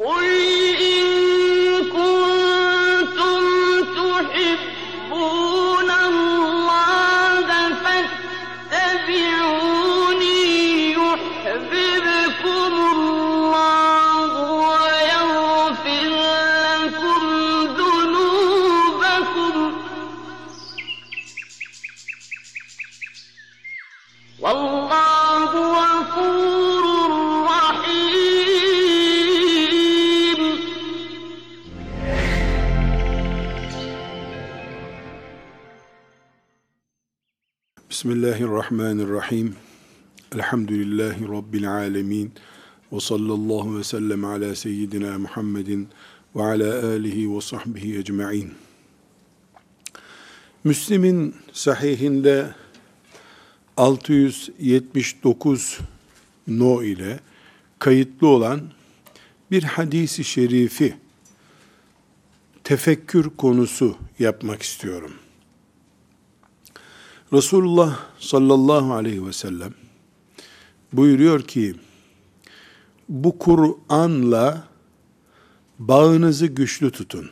قُلْ إِن كُنتُمْ تُحِبُّونَ اللَّهَ فَاتَّبِعُونِي يُحْبِبْكُمُ اللَّهُ وَيَغْفِرْ لَكُمْ ذُنُوبَكُمْ وَاللَّهُ غَفُورٌ رَّحِيمٌ. Bismillahirrahmanirrahim. Elhamdülillahi Rabbil alemin. Ve sallallahu ve sellem ala seyyidina Muhammedin ve ala alihi ve sahbihi ecma'in. Müslim'in sahihinde 679 no ile kayıtlı olan bir hadisi şerifi tefekkür konusu yapmak istiyorum. Resulullah sallallahu aleyhi ve sellem buyuruyor ki, bu Kur'an'la bağınızı güçlü tutun.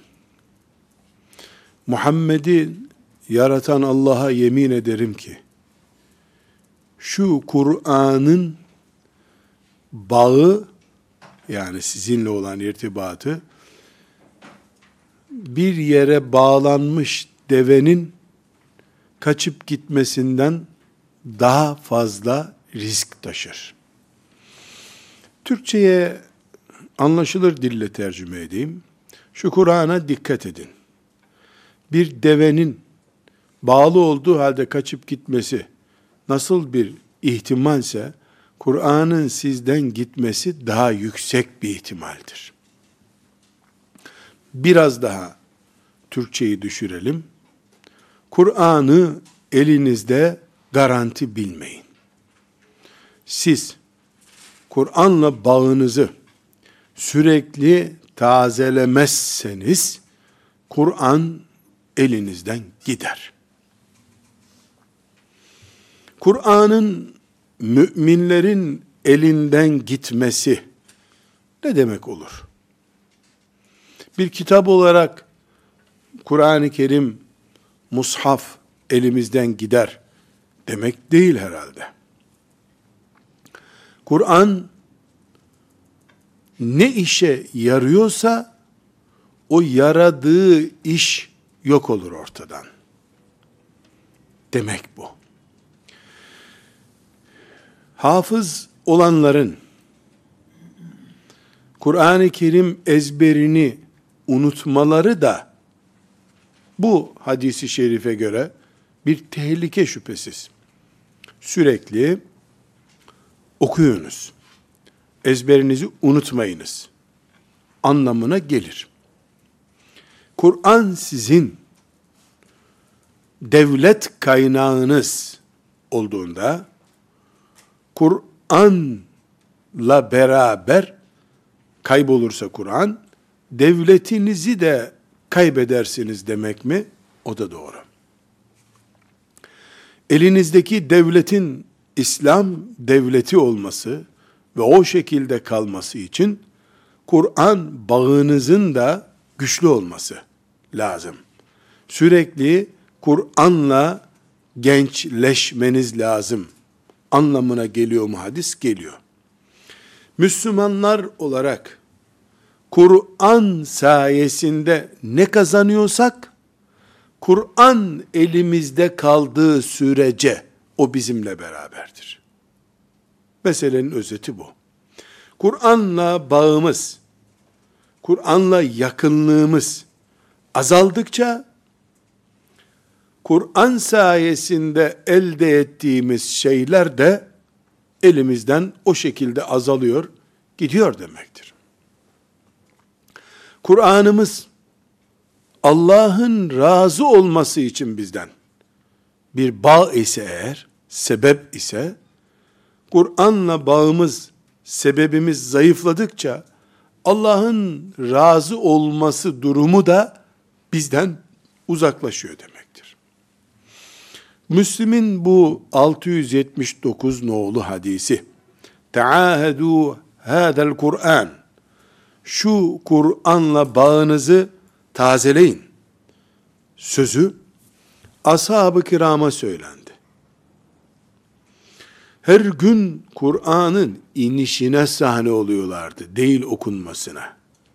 Muhammed'i yaratan Allah'a yemin ederim ki, şu Kur'an'ın bağı, yani sizinle olan irtibatı, bir yere bağlanmış devenin kaçıp gitmesinden daha fazla risk taşır. Türkçe'ye anlaşılır dille tercüme edeyim. Şu Kur'an'a dikkat edin. Bir devenin bağlı olduğu halde kaçıp gitmesi nasıl bir ihtimalse, Kur'an'ın sizden gitmesi daha yüksek bir ihtimaldir. Biraz daha Türkçeyi düşürelim. Kur'an'ı elinizde garanti bilmeyin. Siz Kur'an'la bağınızı sürekli tazelemezseniz, Kur'an elinizden gider. Kur'an'ın müminlerin elinden gitmesi ne demek olur? Bir kitap olarak Kur'an-ı Kerim, mushaf elimizden gider demek değil herhalde. Kur'an ne işe yarıyorsa o yaradığı iş yok olur ortadan. Demek bu. Hafız olanların Kur'an-ı Kerim ezberini unutmaları da bu hadisi şerife göre bir tehlike şüphesiz. Sürekli okuyunuz, ezberinizi unutmayınız anlamına gelir. Kur'an sizin devlet kaynağınız olduğunda, Kur'an'la beraber kaybolursa Kur'an, devletinizi de kaybedersiniz demek mi? O da doğru. Elinizdeki devletin İslam devleti olması ve o şekilde kalması için Kur'an bağınızın da güçlü olması lazım. Sürekli Kur'an'la gençleşmeniz lazım anlamına geliyor mu hadis? Geliyor. Müslümanlar olarak Kur'an sayesinde ne kazanıyorsak, Kur'an elimizde kaldığı sürece o bizimle beraberdir. Meselenin özeti bu. Kur'an'la bağımız, Kur'an'la yakınlığımız azaldıkça, Kur'an sayesinde elde ettiğimiz şeyler de elimizden o şekilde azalıyor, gidiyor demektir. Kur'an'ımız Allah'ın razı olması için bizden bir bağ ise eğer, sebep ise, Kur'an'la bağımız, sebebimiz zayıfladıkça Allah'ın razı olması durumu da bizden uzaklaşıyor demektir. Müslim'in bu 679 nolu hadisi, "Teâhedû hâzel Kur'an", şu Kur'an'la bağınızı tazeleyin sözü ashab-ı kirama söylendi. Her gün Kur'an'ın inişine sahne oluyorlardı, değil okunmasına.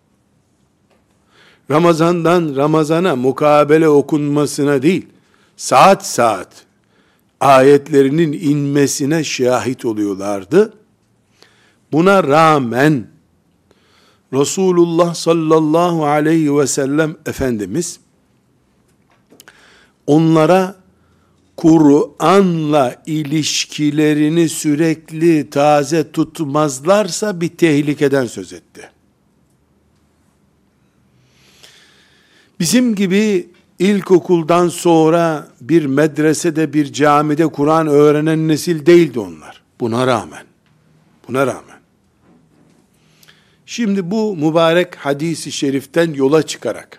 Ramazandan Ramazana mukabele okunmasına değil, saat saat ayetlerinin inmesine şahit oluyorlardı. Buna rağmen Resulullah sallallahu aleyhi ve sellem Efendimiz onlara Kur'an'la ilişkilerini sürekli taze tutmazlarsa bir tehlikeden söz etti. Bizim gibi ilkokuldan sonra bir medresede, bir camide Kur'an öğrenen nesil değildi onlar. Buna rağmen. Şimdi bu mübarek hadis-i şeriften yola çıkarak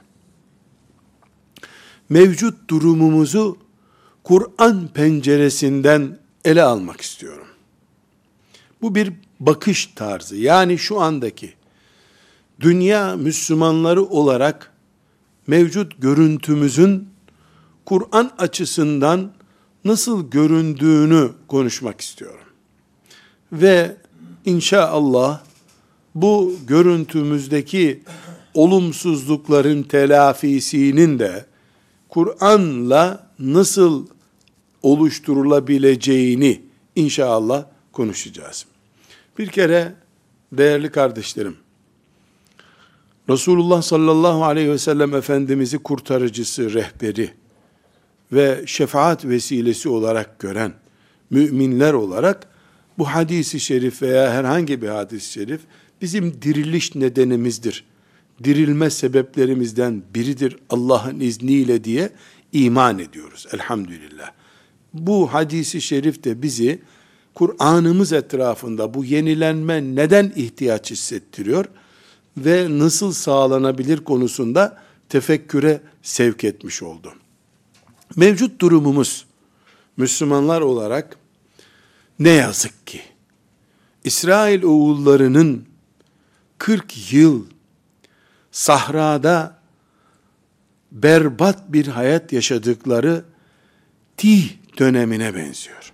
mevcut durumumuzu Kur'an penceresinden ele almak istiyorum. Bu bir bakış tarzı. Yani şu andaki dünya Müslümanları olarak mevcut görüntümüzün Kur'an açısından nasıl göründüğünü konuşmak istiyorum. Ve inşallah bu görüntümüzdeki olumsuzlukların telafisinin de Kur'an'la nasıl oluşturulabileceğini inşallah konuşacağız. Bir kere değerli kardeşlerim, Resulullah sallallahu aleyhi ve sellem Efendimiz'i kurtarıcısı, rehberi ve şefaat vesilesi olarak gören müminler olarak bu hadis-i şerif veya herhangi bir hadis-i şerif bizim diriliş nedenimizdir. Dirilme sebeplerimizden biridir Allah'ın izniyle diye iman ediyoruz elhamdülillah. Bu hadis-i şerif de bizi Kur'an'ımız etrafında bu yenilenme neden ihtiyaç hissettiriyor ve nasıl sağlanabilir konusunda tefekküre sevk etmiş oldu. Mevcut durumumuz Müslümanlar olarak ne yazık ki İsrail oğullarının 40 yıl sahrada berbat bir hayat yaşadıkları Tih dönemine benziyor.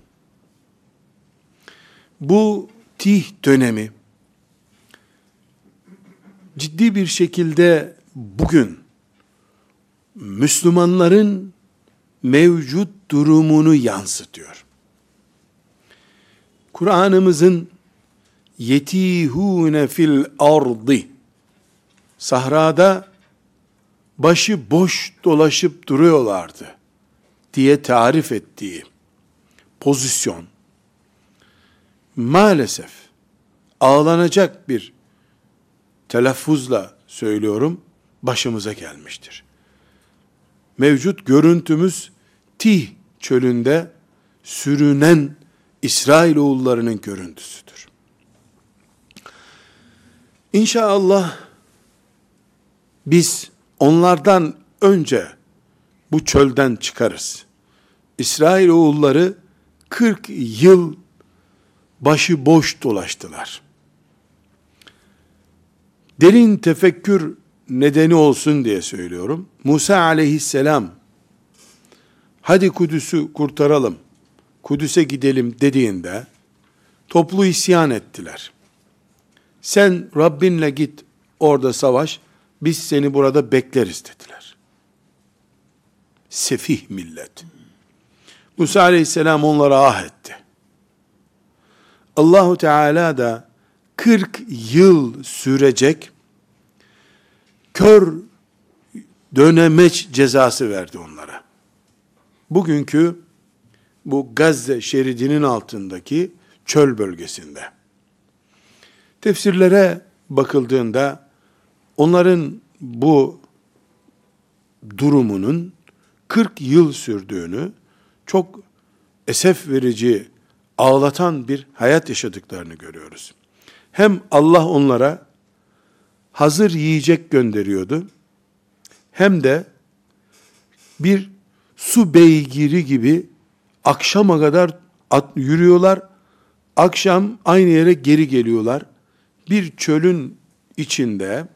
Bu Tih dönemi ciddi bir şekilde bugün Müslümanların mevcut durumunu yansıtıyor. Kur'an'ımızın yetihune fil ardı, sahrada başı boş dolaşıp duruyorlardı diye tarif ettiği pozisyon maalesef ağlanacak bir telaffuzla söylüyorum, başımıza gelmiştir. Mevcut görüntümüz Tih çölünde sürünen İsrailoğullarının görüntüsüdür. İnşallah biz onlardan önce bu çölden çıkarız. İsrailoğulları 40 yıl başı boş dolaştılar. Derin tefekkür nedeni olsun diye söylüyorum. Musa aleyhisselam, hadi Kudüs'ü kurtaralım, Kudüs'e gidelim dediğinde, toplu isyan ettiler. Sen Rabbinle git, orada savaş, biz seni burada bekleriz dediler. Sefih millet. Musa aleyhisselam onlara ah etti. Allahu Teala da 40 yıl sürecek kör dönemeç cezası verdi onlara. Bugünkü bu Gazze şeridinin altındaki çöl bölgesinde. Tefsirlere bakıldığında onların bu durumunun 40 yıl sürdüğünü, çok esef verici, ağlatan bir hayat yaşadıklarını görüyoruz. Hem Allah onlara hazır yiyecek gönderiyordu, hem de bir su beygiri gibi akşama kadar yürüyorlar, akşam aynı yere geri geliyorlar. Bir çölün içinde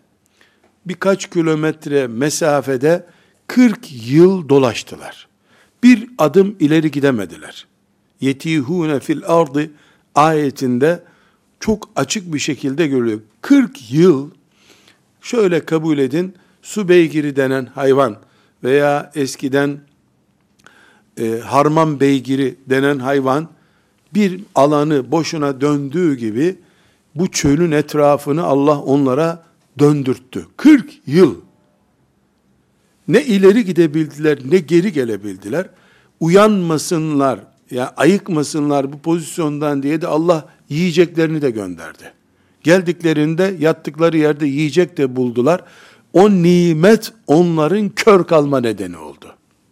birkaç kilometre mesafede 40 yıl dolaştılar. Bir adım ileri gidemediler. Yetihune fil ardı ayetinde çok açık bir şekilde görülüyor. 40 yıl, şöyle kabul edin, su beygiri denen hayvan veya eskiden harman beygiri denen hayvan bir alanı boşuna döndüğü gibi bu çölün etrafını Allah onlara döndürttü. 40 yıl. Ne ileri gidebildiler, ne geri gelebildiler. Uyanmasınlar, ya ayıkmasınlar bu pozisyondan diye de Allah yiyeceklerini de gönderdi. Geldiklerinde yattıkları yerde yiyecek de buldular. O nimet onların kör kalma nedeni oldu.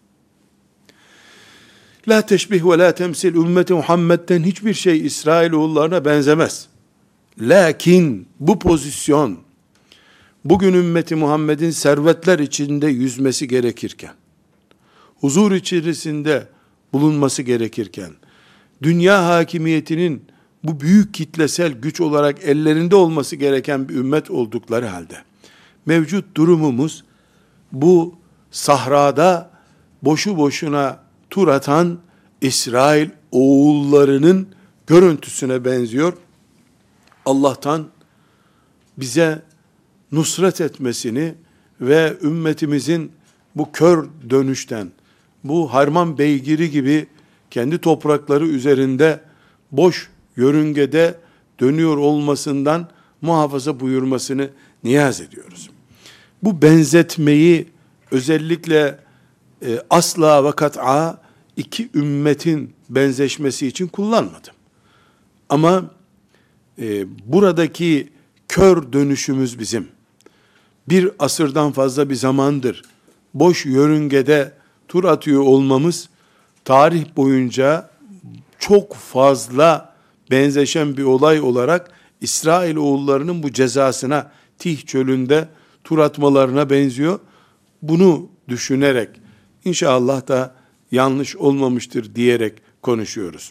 La teşbih ve la temsil ümmeti Muhammed'den hiçbir şey İsrailoğullarına benzemez. Lakin bu pozisyon bugün ümmeti Muhammed'in servetler içinde yüzmesi gerekirken, huzur içerisinde bulunması gerekirken, dünya hakimiyetinin bu büyük kitlesel güç olarak ellerinde olması gereken bir ümmet oldukları halde, mevcut durumumuz bu sahrada boşu boşuna tur atan İsrail oğullarının görüntüsüne benziyor. Allah'tan bize nusret etmesini ve ümmetimizin bu kör dönüşten, bu harman beygiri gibi kendi toprakları üzerinde boş yörüngede dönüyor olmasından muhafaza buyurmasını niyaz ediyoruz. Bu benzetmeyi özellikle asla ve kat'a iki ümmetin benzeşmesi için kullanmadım. Ama buradaki kör dönüşümüz bizim. Bir asırdan fazla bir zamandır boş yörüngede tur atıyor olmamız, tarih boyunca çok fazla benzeşen bir olay olarak İsrailoğullarının bu cezasına, Tih çölünde tur atmalarına benziyor. Bunu düşünerek, İnşallah da yanlış olmamıştır diyerek konuşuyoruz.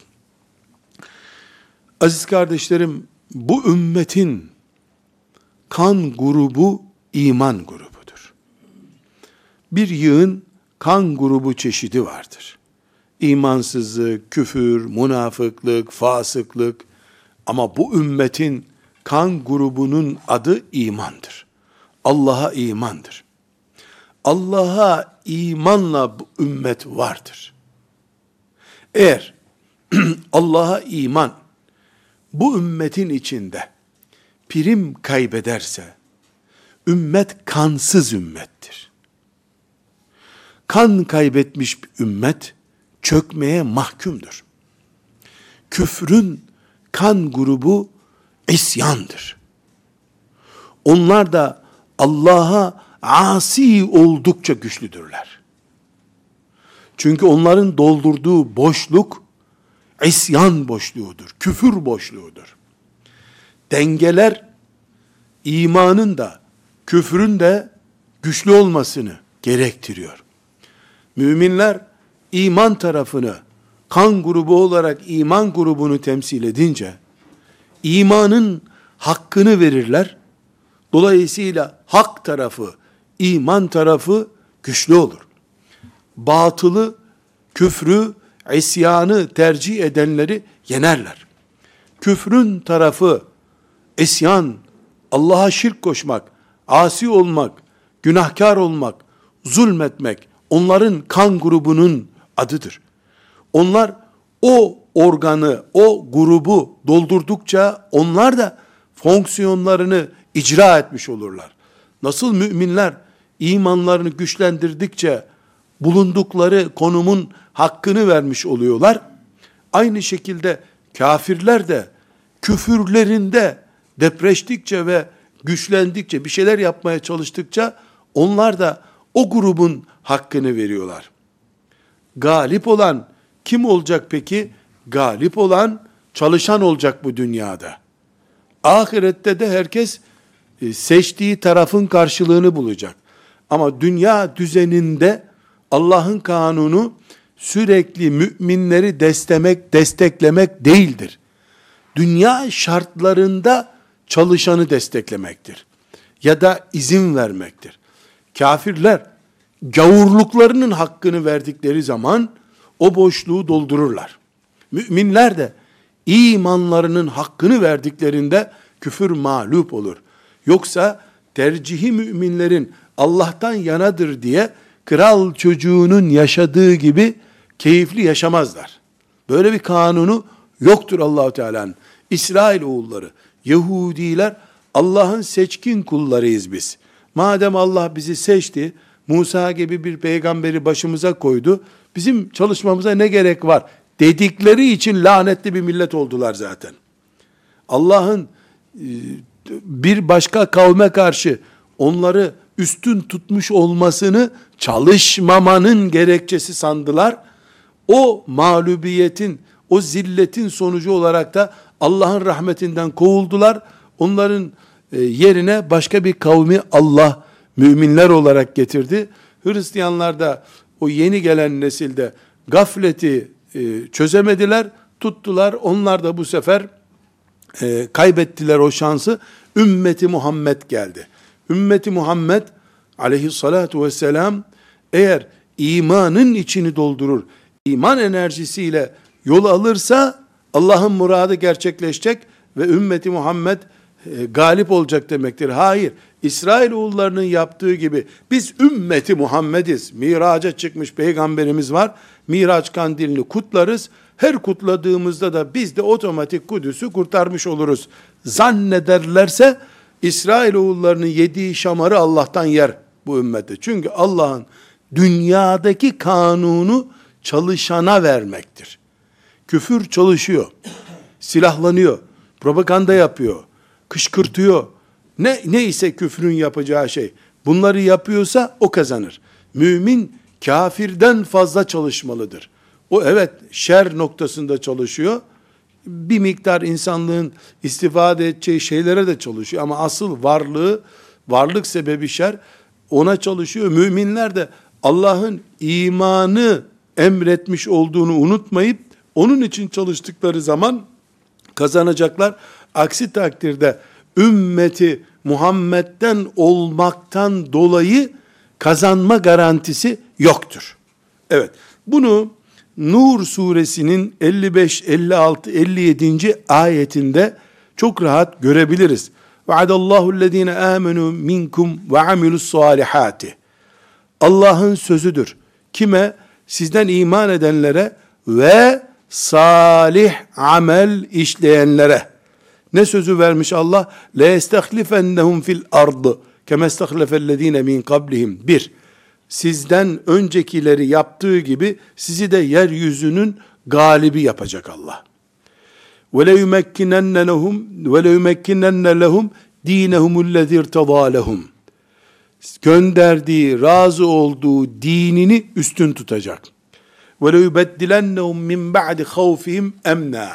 Aziz kardeşlerim, bu ümmetin kan grubu iman grubudur. Bir yığın kan grubu çeşidi vardır. İmansızlık, küfür, münafıklık, fasıklık, ama bu ümmetin kan grubunun adı imandır. Allah'a imandır. Allah'a imanla bu ümmet vardır. Eğer Allah'a iman bu ümmetin içinde prim kaybederse, ümmet kansız ümmettir. Kan kaybetmiş bir ümmet çökmeye mahkumdur. Küfrün kan grubu isyandır. Onlar da Allah'a asi oldukça güçlüdürler. Çünkü onların doldurduğu boşluk isyan boşluğudur, küfür boşluğudur. Dengeler imanın da küfrün de güçlü olmasını gerektiriyor. Müminler iman tarafını kan grubu olarak iman grubunu temsil edince imanın hakkını verirler. Dolayısıyla hak tarafı, iman tarafı güçlü olur. Batılı, küfrü, isyanı tercih edenleri yenerler. Küfrün tarafı isyan, Allah'a şirk koşmak, asi olmak, günahkar olmak, zulmetmek onların kan grubunun adıdır. Onlar o organı, o grubu doldurdukça onlar da fonksiyonlarını icra etmiş olurlar. Nasıl müminler imanlarını güçlendirdikçe bulundukları konumun hakkını vermiş oluyorlar. Aynı şekilde kafirler de küfürlerinde depreştikçe ve güçlendikçe, bir şeyler yapmaya çalıştıkça onlar da o grubun hakkını veriyorlar. Galip olan kim olacak peki? Galip olan çalışan olacak bu dünyada. Ahirette de herkes seçtiği tarafın karşılığını bulacak. Ama dünya düzeninde Allah'ın kanunu sürekli müminleri desteklemek değildir. Dünya şartlarında çalışanı desteklemektir. ya da izin vermektir. Kafirler gavurluklarının hakkını verdikleri zaman o boşluğu doldururlar. Müminler de imanlarının hakkını verdiklerinde küfür mağlup olur. Yoksa tercihi müminlerin Allah'tan yanadır diye kral çocuğunun yaşadığı gibi keyifli yaşamazlar. Böyle bir kanunu yoktur Allah-u Teala'nın. İsrail oğulları, Yahudiler Allah'ın seçkin kullarıyız biz. Madem Allah bizi seçti, Musa gibi bir peygamberi başımıza koydu, bizim çalışmamıza ne gerek var dedikleri için lanetli bir millet oldular zaten. Allah'ın bir başka kavme karşı onları üstün tutmuş olmasını çalışmamanın gerekçesi sandılar. O mağlubiyetin, o zilletin sonucu olarak da Allah'ın rahmetinden kovuldular. Onların yerine başka bir kavmi Allah müminler olarak getirdi. Hristiyanlar da o yeni gelen nesilde gafleti çözemediler, tuttular. Onlar da bu sefer kaybettiler o şansı. Ümmeti Muhammed geldi. Ümmeti Muhammed aleyhissalatu vesselam eğer imanın içini doldurur, iman enerjisiyle yol alırsa Allah'ın muradı gerçekleşecek ve ümmeti Muhammed galip olacak demektir. Hayır, İsrailoğullarının yaptığı gibi biz ümmeti Muhammediz. Miraca çıkmış peygamberimiz var. Miraç kandilini kutlarız. Her kutladığımızda da biz de otomatik Kudüs'ü kurtarmış oluruz zannederlerse İsrailoğullarının yediği şamarı Allah'tan yer bu ümmette. Çünkü Allah'ın dünyadaki kanunu çalışana vermektir. Küfür çalışıyor, silahlanıyor, propaganda yapıyor, kışkırtıyor. Ne ise küfrün yapacağı şey. Bunları yapıyorsa o kazanır. Mümin kafirden fazla çalışmalıdır. O evet şer noktasında çalışıyor. Bir miktar insanlığın istifade edeceği şeylere de çalışıyor. Ama asıl varlık sebebi şer, ona çalışıyor. Müminler de Allah'ın imanı emretmiş olduğunu unutmayıp onun için çalıştıkları zaman kazanacaklar. Aksi takdirde ümmeti Muhammed'den olmaktan dolayı kazanma garantisi yoktur. Evet, bunu Nur suresinin 55, 56, 57. ayetinde çok rahat görebiliriz. Va'adallahu amenu minkum ve amilus salihati. Allah'ın sözüdür. Kime? Sizden iman edenlere ve salih amel işleyenlere. Ne sözü vermiş Allah? Le yestehlifennehum fil ardı kema istehlefellezine min qablihim. Bir, sizden öncekileri yaptığı gibi sizi de yeryüzünün galibi yapacak Allah. Ve le yumekkinen lehum dinehumullezî irtadâ lehum. Gönderdiği, razı olduğu dinini üstün tutacak. Ve le yubeddilennehum min ba'di havfihim emna.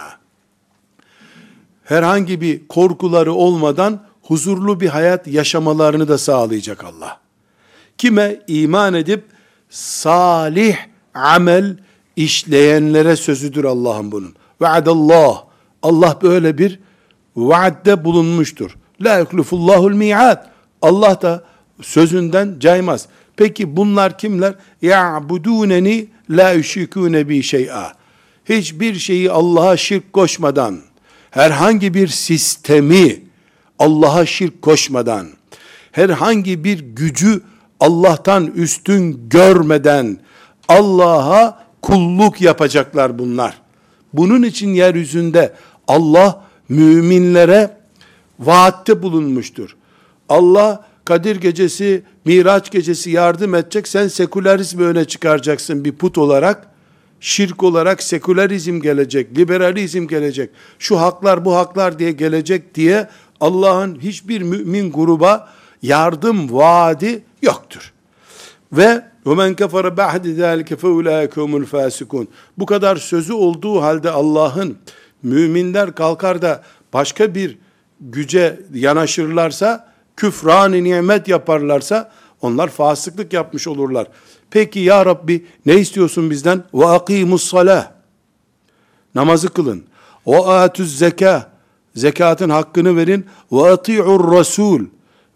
Herhangi bir korkuları olmadan huzurlu bir hayat yaşamalarını da sağlayacak Allah. Kime? İman edip salih amel işleyenlere sözüdür Allah'ın bunun. Vaadallah. Allah böyle bir vaadde bulunmuştur. La yuklifullahul mi'ad. Allah da sözünden caymaz. Peki bunlar kimler? Ya'buduneni la yüşrikûne bi şey'a. Hiçbir şeyi Allah'a şirk koşmadan, herhangi bir sistemi Allah'a şirk koşmadan, herhangi bir gücü Allah'tan üstün görmeden Allah'a kulluk yapacaklar bunlar. Bunun için yeryüzünde Allah müminlere vaatte bulunmuştur. Allah Kadir gecesi, Miraç gecesi yardım edecek. Sen sekülerizmi öne çıkaracaksın bir put olarak. Şirk olarak sekülerizm gelecek, liberalizm gelecek. Şu haklar bu haklar diye gelecek diye Allah'ın hiçbir mümin gruba yardım vaadi yoktur. Ve وَمَنْ كَفَرَ بَعْدِ ذَٰلِكَ فَاُولَٰئِكَ هُمُ الْفَاسِقُونَ. Bu kadar sözü olduğu halde Allah'ın müminler kalkar da başka bir güce yanaşırlarsa, küfran-ı nimet yaparlarsa onlar fasıklık yapmış olurlar. Peki ya Rabbi ne istiyorsun bizden? وَاَقِيمُ الصَّلَاةِ. Namazı kılın. وَاَتُ الزَّكَاةِ. Zekatın hakkını verin. وَاَطِيعُ الرَّسُولِ.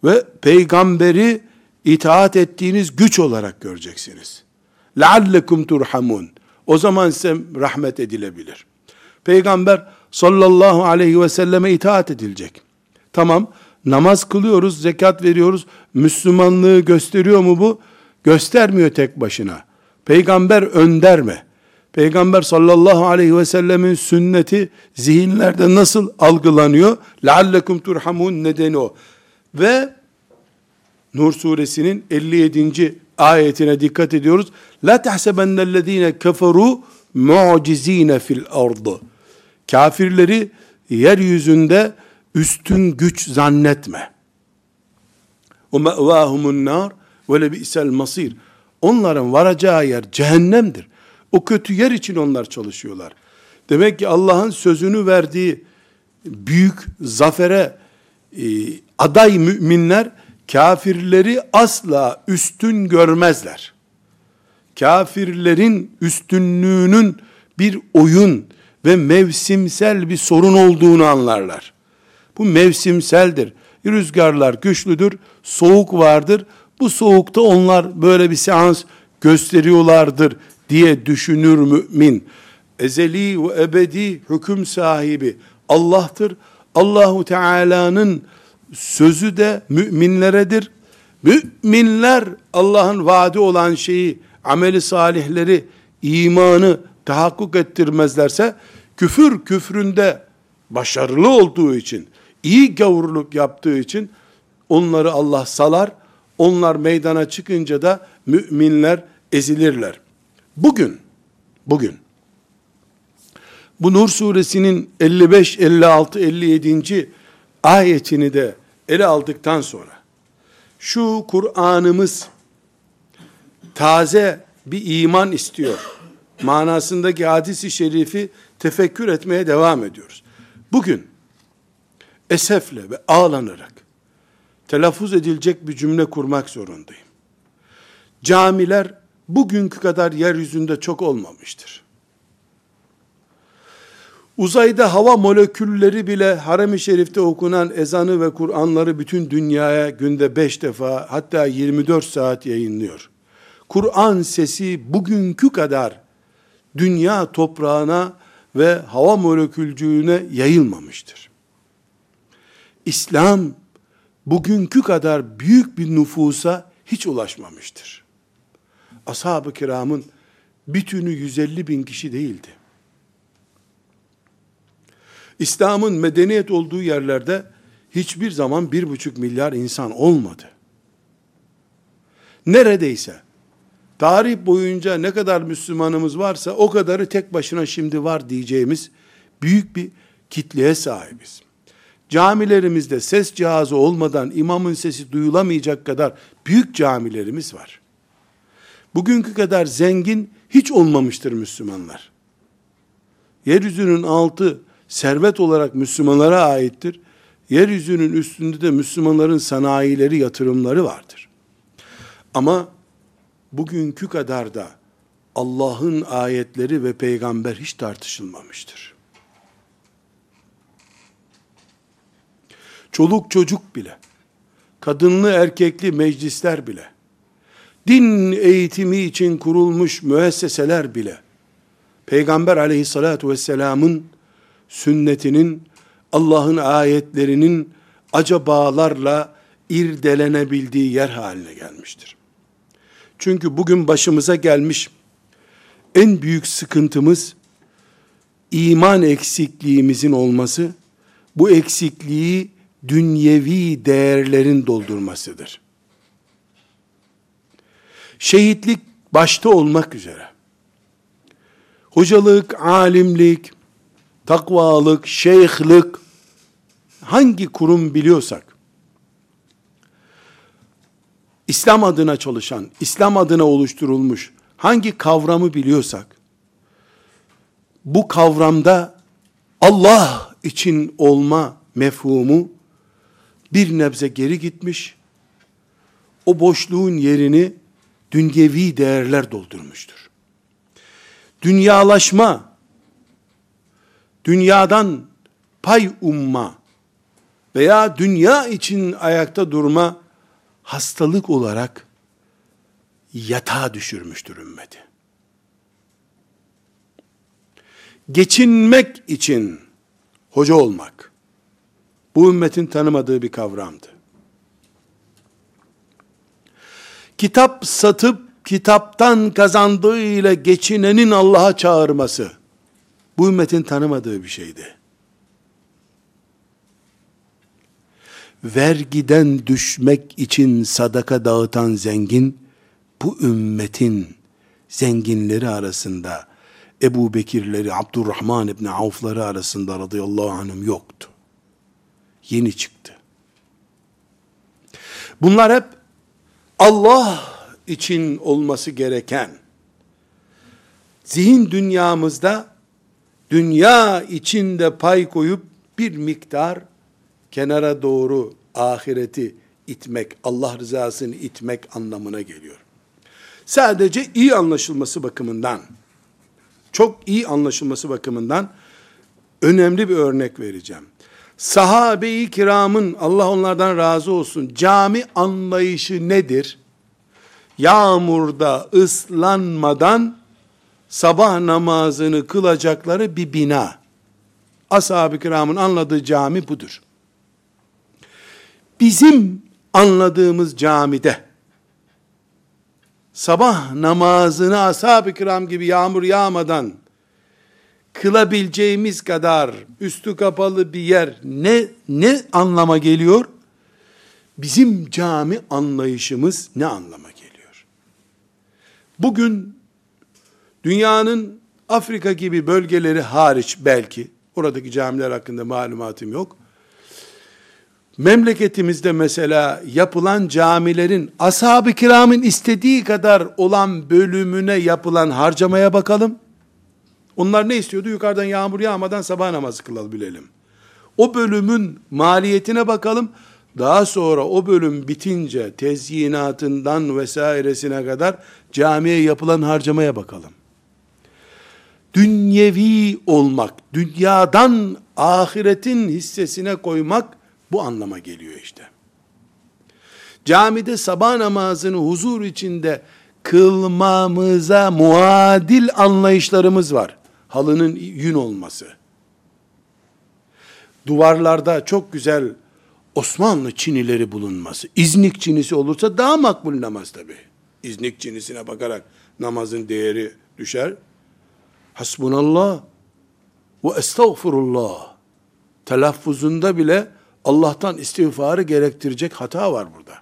ve peygamberi itaat ettiğiniz güç olarak göreceksiniz. لَعَلَّكُمْ تُرْحَمُونَ. O zaman size rahmet edilebilir. Peygamber sallallahu aleyhi ve selleme itaat edilecek. Tamam, namaz kılıyoruz, zekat veriyoruz. Müslümanlığı gösteriyor mu bu? Göstermiyor tek başına. Peygamber önder mi? Peygamber sallallahu aleyhi ve sellemin sünneti zihinlerde nasıl algılanıyor? لَعَلَّكُمْ تُرْحَمُونَ nedeni o. Ve Nur suresinin 57. ayetine dikkat ediyoruz. لَا تَحْسَبَنَّ الَّذ۪ينَ كَفَرُوا مُعْجِز۪ينَ فِي الْأَرْضِ. Kafirleri yeryüzünde üstün güç zannetme. وَمَأْوَاهُمُ النَّارِ وَلَبِئْسَ الْمَصِيرِ. Onların varacağı yer cehennemdir. O kötü yer için onlar çalışıyorlar. Demek ki Allah'ın sözünü verdiği büyük zafere aday müminler kafirleri asla üstün görmezler. Kafirlerin üstünlüğünün bir oyun ve mevsimsel bir sorun olduğunu anlarlar. Bu mevsimseldir. Rüzgarlar güçlüdür, soğuk vardır. Bu soğukta onlar böyle bir seans gösteriyorlardır diye düşünür mümin. Ezeli ve ebedi hüküm sahibi Allah'tır. Allahu Teala'nın sözü de müminleredir. Müminler Allah'ın vaadi olan şeyi, ameli salihleri, imanı tahakkuk ettirmezlerse, küfür küfründe başarılı olduğu için, iyi gavurluk yaptığı için onları Allah salar. Onlar meydana çıkınca da müminler ezilirler. Bugün bu Nur suresinin 55, 56, 57. ayetini de ele aldıktan sonra şu Kur'an'ımız taze bir iman istiyor manasındaki hadis-i şerifi tefekkür etmeye devam ediyoruz. Bugün esefle ve ağlanarak telaffuz edilecek bir cümle kurmak zorundayım. Camiler bugünkü kadar yeryüzünde çok olmamıştır. Uzayda hava molekülleri bile harem-i şerifte okunan ezanı ve Kur'anları bütün dünyaya günde 5 defa hatta 24 saat yayınlıyor. Kur'an sesi bugünkü kadar dünya toprağına ve hava molekülcüğüne yayılmamıştır. İslam bugünkü kadar büyük bir nüfusa hiç ulaşmamıştır. Ashab-ı kiramın bütünü 150 bin kişi değildi. İslam'ın medeniyet olduğu yerlerde hiçbir zaman 1,5 milyar insan olmadı. Neredeyse tarih boyunca ne kadar Müslümanımız varsa o kadarı tek başına şimdi var diyeceğimiz büyük bir kitleye sahibiz. Camilerimizde ses cihazı olmadan imamın sesi duyulamayacak kadar büyük camilerimiz var. Bugünkü kadar zengin hiç olmamıştır Müslümanlar. Yeryüzünün altı servet olarak Müslümanlara aittir. Yeryüzünün üstünde de Müslümanların sanayileri, yatırımları vardır. Ama bugünkü kadar da Allah'ın ayetleri ve peygamber hiç tartışılmamıştır. Çoluk çocuk bile, kadınlı erkekli meclisler bile, din eğitimi için kurulmuş müesseseler bile, Peygamber aleyhissalatu vesselamın sünnetinin, Allah'ın ayetlerinin acabalarla irdelenebildiği yer haline gelmiştir. Çünkü bugün başımıza gelmiş en büyük sıkıntımız iman eksikliğimizin olması, bu eksikliği dünyevi değerlerin doldurmasıdır. Şehitlik başta olmak üzere, hocalık, alimlik, takvalık, şeyhlik, hangi kurum biliyorsak, İslam adına çalışan, İslam adına oluşturulmuş hangi kavramı biliyorsak, bu kavramda Allah için olma mefhumu bir nebze geri gitmiş, o boşluğun yerini dünyevi değerler doldurmuştur. Dünyalaşma, dünyadan pay umma, veya dünya için ayakta durma hastalık olarak yatağa düşürmüştür ümmeti. Geçinmek için hoca olmak, bu ümmetin tanımadığı bir kavramdı. Kitap satıp, kitaptan kazandığıyla geçinenin Allah'a çağırması, bu ümmetin tanımadığı bir şeydi. Vergiden düşmek için sadaka dağıtan zengin, bu ümmetin zenginleri arasında, Ebu Bekirleri, Abdurrahman İbni Avf'ları arasında radıyallahu anhum yoktu. Yeni çıktı. Bunlar hep Allah için olması gereken, zihin dünyamızda dünya içinde pay koyup bir miktar kenara doğru ahireti itmek, Allah rızasını itmek anlamına geliyor. Sadece iyi anlaşılması bakımından, çok iyi anlaşılması bakımından önemli bir örnek vereceğim. Sahabe-i kiramın, Allah onlardan razı olsun, cami anlayışı nedir? Yağmurda ıslanmadan sabah namazını kılacakları bir bina. Ashab-ı kiramın anladığı cami budur. Bizim anladığımız camide sabah namazını ashab-ı kiram gibi yağmur yağmadan kılabileceğimiz kadar üstü kapalı bir yer ne anlama geliyor? Bizim cami anlayışımız ne anlama geliyor? Bugün dünyanın Afrika gibi bölgeleri hariç, belki oradaki camiler hakkında malumatım yok. Memleketimizde mesela yapılan camilerin ashab-ı kiramın istediği kadar olan bölümüne yapılan harcamaya bakalım. Onlar ne istiyordu? Yukarıdan yağmur yağmadan sabah namazı kılabilelim. O bölümün maliyetine bakalım. Daha sonra o bölüm bitince tezyinatından vesairesine kadar camiye yapılan harcamaya bakalım. Dünyevi olmak, dünyadan ahiretin hissesine koymak bu anlama geliyor işte. Camide sabah namazını huzur içinde kılmamıza muadil anlayışlarımız var. Halının yün olması. Duvarlarda çok güzel Osmanlı çinileri bulunması. İznik çinisi olursa daha makbul namaz tabi. İznik çinisine bakarak namazın değeri düşer. Hasbunallah ve estağfurullah telaffuzunda bile Allah'tan istiğfarı gerektirecek hata var burada.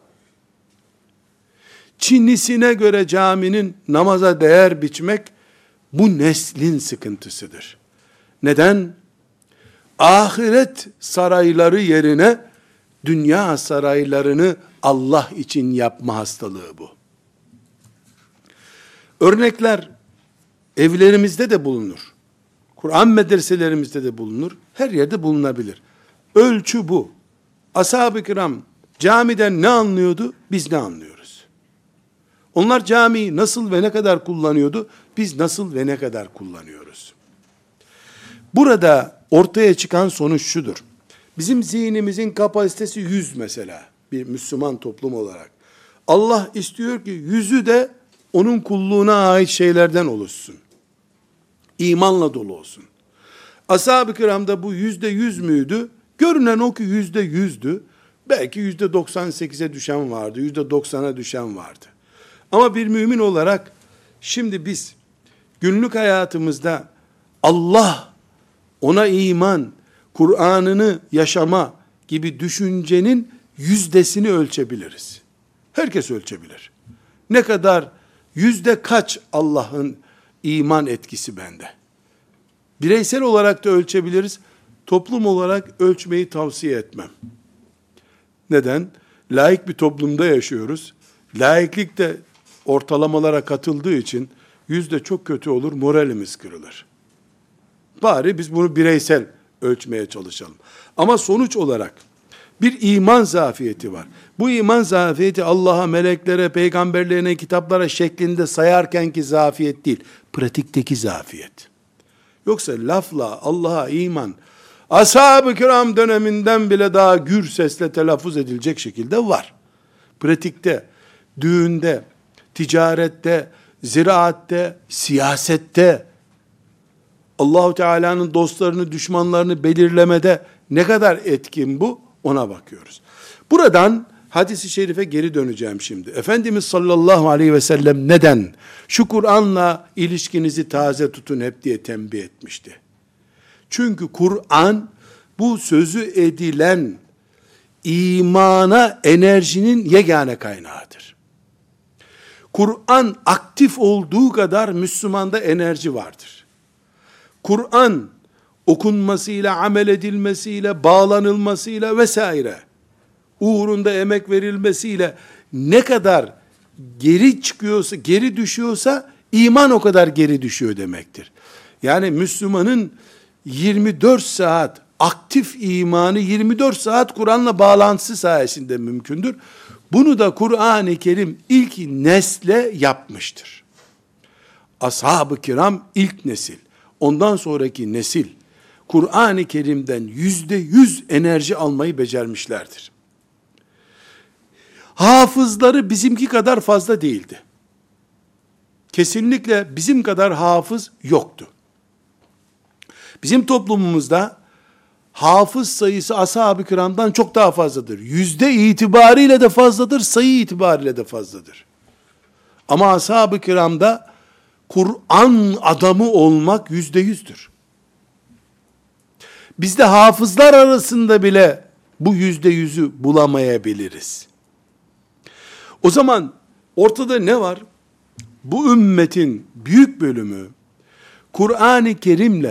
Çinisine göre caminin namaza değer biçmek bu neslin sıkıntısıdır. Neden? Ahiret sarayları yerine dünya saraylarını Allah için yapma hastalığı bu. Örnekler evlerimizde de bulunur. Kur'an medreselerimizde de bulunur. Her yerde bulunabilir. Ölçü bu. Ashab-ı kiram camiden ne anlıyordu? Biz ne anlıyoruz? Onlar camiyi nasıl ve ne kadar kullanıyordu? Biz nasıl ve ne kadar kullanıyoruz? Burada ortaya çıkan sonuç şudur. Bizim zihnimizin kapasitesi 100 mesela. Bir Müslüman toplum olarak. Allah istiyor ki 100'ü de onun kulluğuna ait şeylerden oluşsun. İmanla dolu olsun. Ashab-ı kiramda bu %100 müydü? Görünen o ki %100'dü. Belki %98'e düşen vardı, %90'a düşen vardı. Ama bir mümin olarak şimdi biz günlük hayatımızda Allah, ona iman, Kur'an'ını yaşama gibi düşüncenin yüzdesini ölçebiliriz. Herkes ölçebilir. Ne kadar, yüzde kaç Allah'ın iman etkisi bende? Bireysel olarak da ölçebiliriz. Toplum olarak ölçmeyi tavsiye etmem. Neden? Laik bir toplumda yaşıyoruz. Laiklik de ortalamalara katıldığı için yüzde çok kötü olur, moralimiz kırılır. Bari biz bunu bireysel ölçmeye çalışalım. Ama sonuç olarak bir iman zafiyeti var. Bu iman zafiyeti Allah'a, meleklere, peygamberlerine, kitaplara şeklinde sayarkenki zafiyet değil, pratikteki zafiyet. Yoksa lafla Allah'a iman, Ashab-ı kiram döneminden bile daha gür sesle telaffuz edilecek şekilde var. Pratikte, düğünde, ticarette, ziraatte, siyasette, Allahu Teala'nın dostlarını, düşmanlarını belirlemede ne kadar etkin bu? Ona bakıyoruz. Buradan hadis-i şerife geri döneceğim şimdi. Efendimiz sallallahu aleyhi ve sellem neden şu Kur'an'la ilişkinizi taze tutun hep diye tembih etmişti? Çünkü Kur'an bu sözü edilen imana enerjinin yegane kaynağıdır. Kur'an aktif olduğu kadar Müslümanda enerji vardır. Kur'an okunmasıyla, amel edilmesiyle, bağlanılmasıyla vesaire, uğrunda emek verilmesiyle ne kadar geri çıkıyorsa, geri düşüyorsa iman o kadar geri düşüyor demektir. Yani Müslümanın 24 saat aktif imanı 24 saat Kur'an'la bağlantısı sayesinde mümkündür. Bunu da Kur'an-ı Kerim ilk nesle yapmıştır. Ashab-ı kiram ilk nesil. Ondan sonraki nesil Kur'an-ı Kerim'den %100 enerji almayı becermişlerdir. Hafızları bizimki kadar fazla değildi. Kesinlikle bizim kadar hafız yoktu. Bizim toplumumuzda hafız sayısı ashab-ı kiramdan çok daha fazladır. Yüzde itibariyle de fazladır, sayı itibariyle de fazladır. Ama ashab-ı kiramda Kur'an adamı olmak %100'dür. Biz de hafızlar arasında bile bu %100'ü bulamayabiliriz. O zaman ortada ne var? Bu ümmetin büyük bölümü Kur'an-ı Kerim'le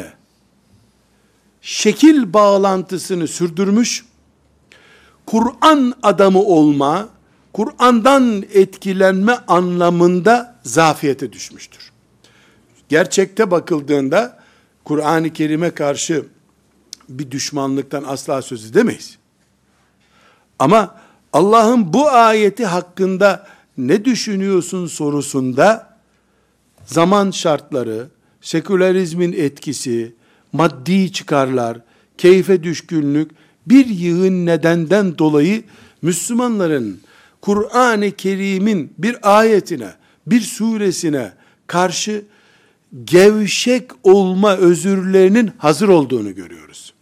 şekil bağlantısını sürdürmüş, Kur'an adamı olma, Kur'an'dan etkilenme anlamında zafiyete düşmüştür. Gerçekte bakıldığında Kur'an-ı Kerim'e karşı bir düşmanlıktan asla söz edemeyiz. Ama Allah'ın bu ayeti hakkında ne düşünüyorsun sorusunda zaman şartları, sekülerizmin etkisi, maddi çıkarlar, keyfe düşkünlük, bir yığın nedenden dolayı Müslümanların Kur'an-ı Kerim'in bir ayetine, bir suresine karşı gevşek olma özürlerinin hazır olduğunu görüyoruz.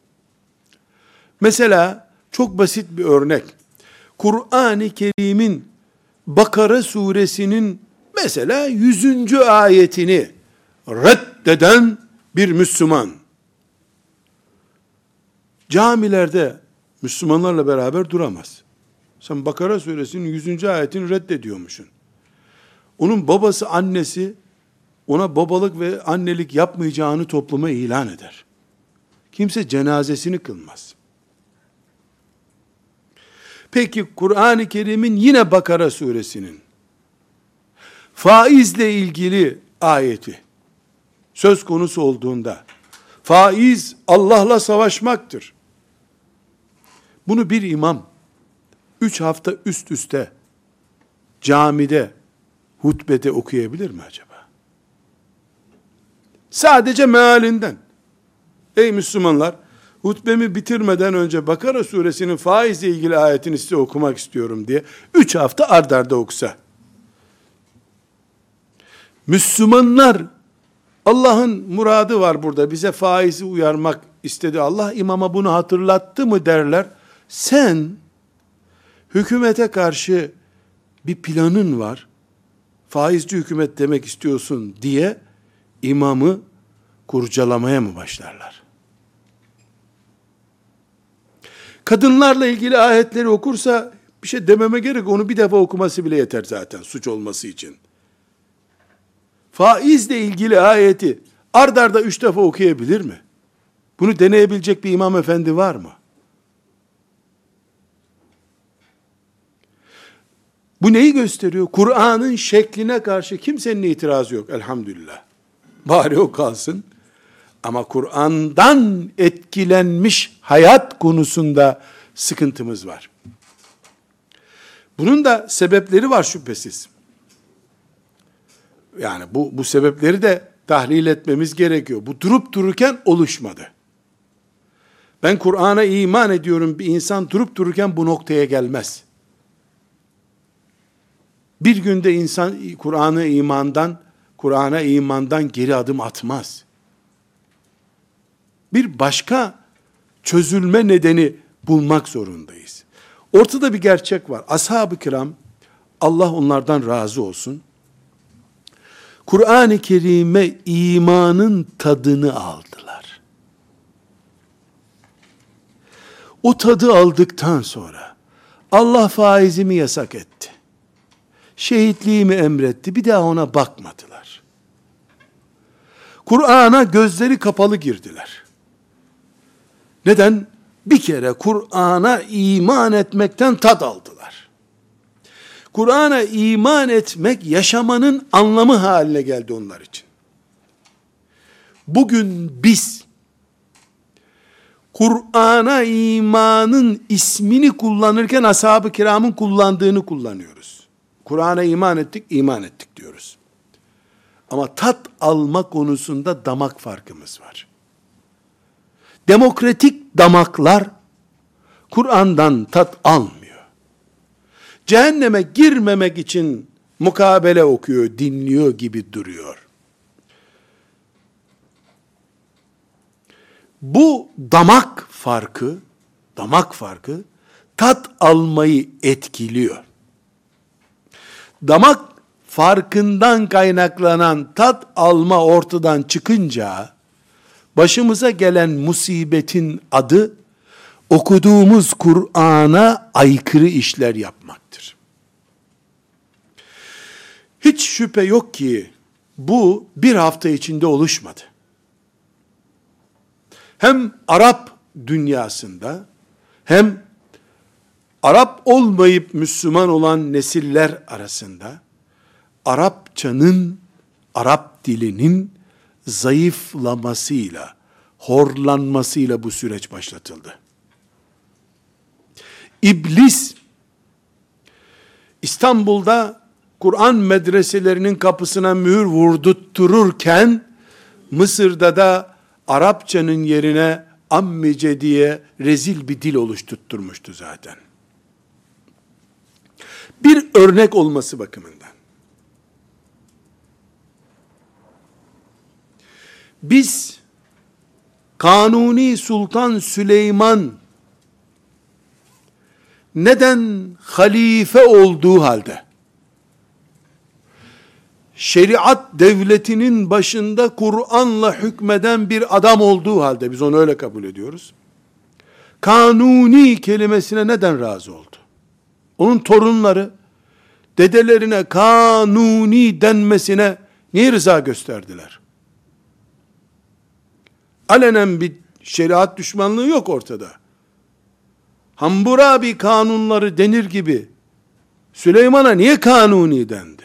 Mesela çok basit bir örnek. Kur'an-ı Kerim'in Bakara suresinin mesela 100. ayetini reddeden bir Müslüman camilerde Müslümanlarla beraber duramaz. Sen Bakara suresinin 100. ayetini reddediyormuşsun. Onun babası, annesi ona babalık ve annelik yapmayacağını topluma ilan eder. Kimse cenazesini kılmaz. Peki Kur'an-ı Kerim'in yine Bakara suresinin faizle ilgili ayeti söz konusu olduğunda, faiz Allah'la savaşmaktır. Bunu bir imam 3 hafta üst üste camide, hutbede okuyabilir mi acaba? Sadece mealinden. Ey Müslümanlar, hutbemi bitirmeden önce Bakara suresinin faizle ilgili ayetini size okumak istiyorum diye 3 hafta ard arda okusa. Müslümanlar, Allah'ın muradı var burada, bize faizi uyarmak istedi, Allah imama bunu hatırlattı mı derler. Sen hükümete karşı bir planın var, faizci hükümet demek istiyorsun diye imamı kurcalamaya mı başlarlar? Kadınlarla ilgili ayetleri okursa bir şey dememe gerek, onu bir defa okuması bile yeter zaten suç olması için. Faizle ilgili ayeti ard arda 3 defa okuyabilir mi? Bunu deneyebilecek bir imam efendi var mı? Bu neyi gösteriyor? Kur'an'ın şekline karşı kimsenin itirazı yok elhamdülillah. Bari o kalsın. Ama Kur'an'dan etkilenmiş hayat konusunda sıkıntımız var. Bunun da sebepleri var şüphesiz. Yani bu sebepleri de tahlil etmemiz gerekiyor. Bu durup dururken oluşmadı. Ben Kur'an'a iman ediyorum, bir insan durup dururken bu noktaya gelmez. Bir günde insan Kur'an'a imandan geri adım atmaz. Bir başka çözülme nedeni bulmak zorundayız. Ortada bir gerçek var. Ashab-ı kiram, Allah onlardan razı olsun, Kur'an-ı Kerim'e imanın tadını aldılar. O tadı aldıktan sonra Allah faizimi yasak etti, şehitliğimi emretti, bir daha ona bakmadılar. Kur'an'a gözleri kapalı girdiler. Neden? Bir kere Kur'an'a iman etmekten tat aldılar. Kur'an'a iman etmek yaşamanın anlamı haline geldi onlar için. Bugün biz Kur'an'a imanın ismini kullanırken ashab-ı kiramın kullandığını kullanıyoruz. Kur'an'a iman ettik diyoruz. Ama tat alma konusunda damak farkımız var. Demokratik damaklar Kur'an'dan tat almıyor. Cehenneme girmemek için mukabele okuyor, dinliyor gibi duruyor. Bu damak farkı tat almayı etkiliyor. Damak farkından kaynaklanan tat alma ortadan çıkınca başımıza gelen musibetin adı okuduğumuz Kur'an'a aykırı işler yapmaktır. Hiç şüphe yok ki bu bir hafta içinde oluşmadı. Hem Arap dünyasında hem Arap olmayıp Müslüman olan nesiller arasında Arap dilinin zayıflamasıyla, horlanmasıyla bu süreç başlatıldı. İblis, İstanbul'da Kur'an medreselerinin kapısına mühür vurdurttururken, Mısır'da da Arapçanın yerine ammice diye rezil bir dil oluşturtturmuştu zaten. Bir örnek olması bakımından. Biz Kanuni Sultan Süleyman neden halife olduğu halde şeriat devletinin başında Kur'an'la hükmeden bir adam olduğu halde biz onu öyle kabul ediyoruz. Kanuni kelimesine neden razı oldu? Onun torunları dedelerine Kanuni denmesine niye rıza gösterdiler? Alenen bir şeriat düşmanlığı yok ortada. Hammurabi kanunları denir gibi Süleyman'a niye Kanuni dendi?